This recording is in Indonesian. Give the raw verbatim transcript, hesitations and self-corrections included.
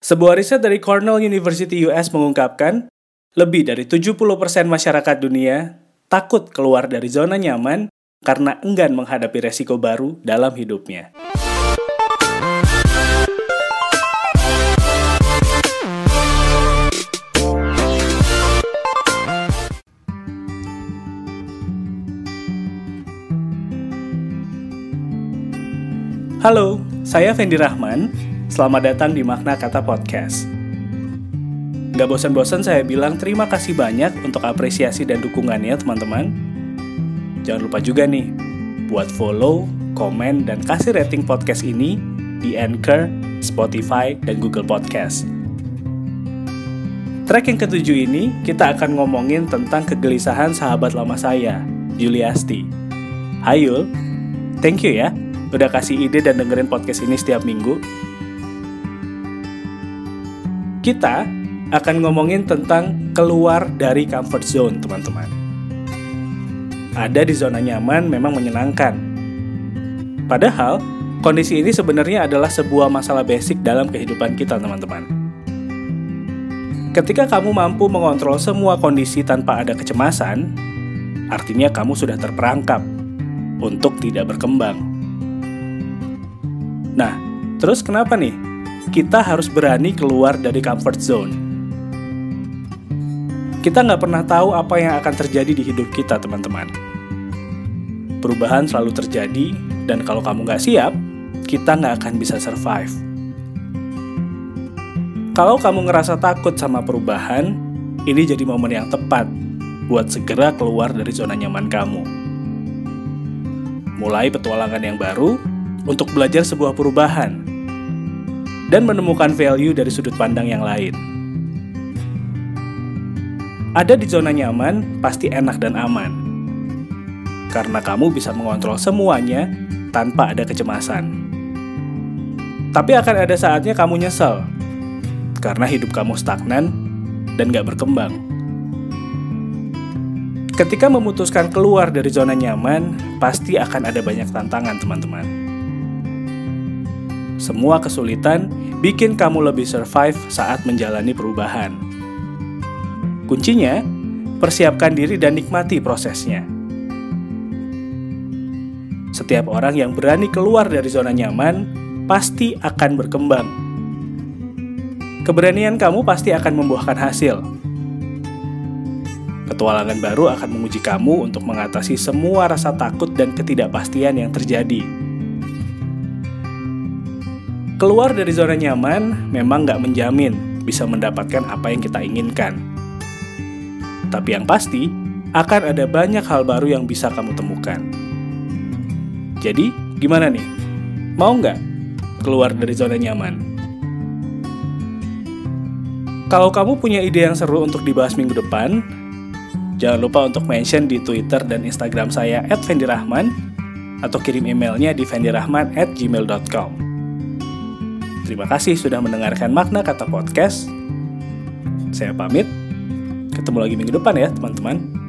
Sebuah riset dari Cornell University U S mengungkapkan, lebih dari tujuh puluh persen masyarakat dunia takut keluar dari zona nyaman karena enggan menghadapi resiko baru dalam hidupnya. Halo, saya Fendi Rahman. Selamat datang di Makna Kata Podcast. Gak bosan-bosan saya bilang terima kasih banyak untuk apresiasi dan dukungannya teman-teman. Jangan lupa juga nih, buat follow, komen, dan kasih rating podcast ini di Anchor, Spotify, dan Google Podcast. Track yang ketujuh ini, kita akan ngomongin tentang kegelisahan sahabat lama saya, Yuliasti. Hai Yul, thank you ya, udah kasih ide dan dengerin podcast ini setiap minggu. Kita akan ngomongin tentang keluar dari comfort zone, teman-teman. Ada di zona nyaman memang menyenangkan. Padahal, kondisi ini sebenarnya adalah sebuah masalah basic dalam kehidupan kita, teman-teman. Ketika kamu mampu mengontrol semua kondisi tanpa ada kecemasan, artinya kamu sudah terperangkap untuk tidak berkembang. Nah, terus kenapa nih? Kita harus berani keluar dari comfort zone. Kita nggak pernah tahu apa yang akan terjadi di hidup kita, teman-teman. Perubahan selalu terjadi, dan kalau kamu nggak siap, kita nggak akan bisa survive. Kalau kamu ngerasa takut sama perubahan, ini jadi momen yang tepat buat segera keluar dari zona nyaman kamu. Mulai petualangan yang baru untuk belajar sebuah perubahan dan menemukan value dari sudut pandang yang lain. Ada di zona nyaman pasti enak dan aman, karena kamu bisa mengontrol semuanya tanpa ada kecemasan. Tapi akan ada saatnya kamu nyesel, karena hidup kamu stagnan dan gak berkembang. Ketika memutuskan keluar dari zona nyaman, pasti akan ada banyak tantangan, teman-teman. Semua kesulitan bikin kamu lebih survive saat menjalani perubahan. Kuncinya, persiapkan diri dan nikmati prosesnya. Setiap orang yang berani keluar dari zona nyaman pasti akan berkembang. Keberanian kamu pasti akan membuahkan hasil. Petualangan baru akan menguji kamu untuk mengatasi semua rasa takut dan ketidakpastian yang terjadi. Keluar dari zona nyaman memang nggak menjamin bisa mendapatkan apa yang kita inginkan. Tapi yang pasti, akan ada banyak hal baru yang bisa kamu temukan. Jadi, gimana nih? Mau nggak keluar dari zona nyaman? Kalau kamu punya ide yang seru untuk dibahas minggu depan, jangan lupa untuk mention di Twitter dan Instagram saya at fendi rahman atau kirim emailnya di fendi rahman at gmail dot com. Terima kasih sudah mendengarkan Makna Kata Podcast. Saya pamit. Ketemu lagi minggu depan ya, teman-teman.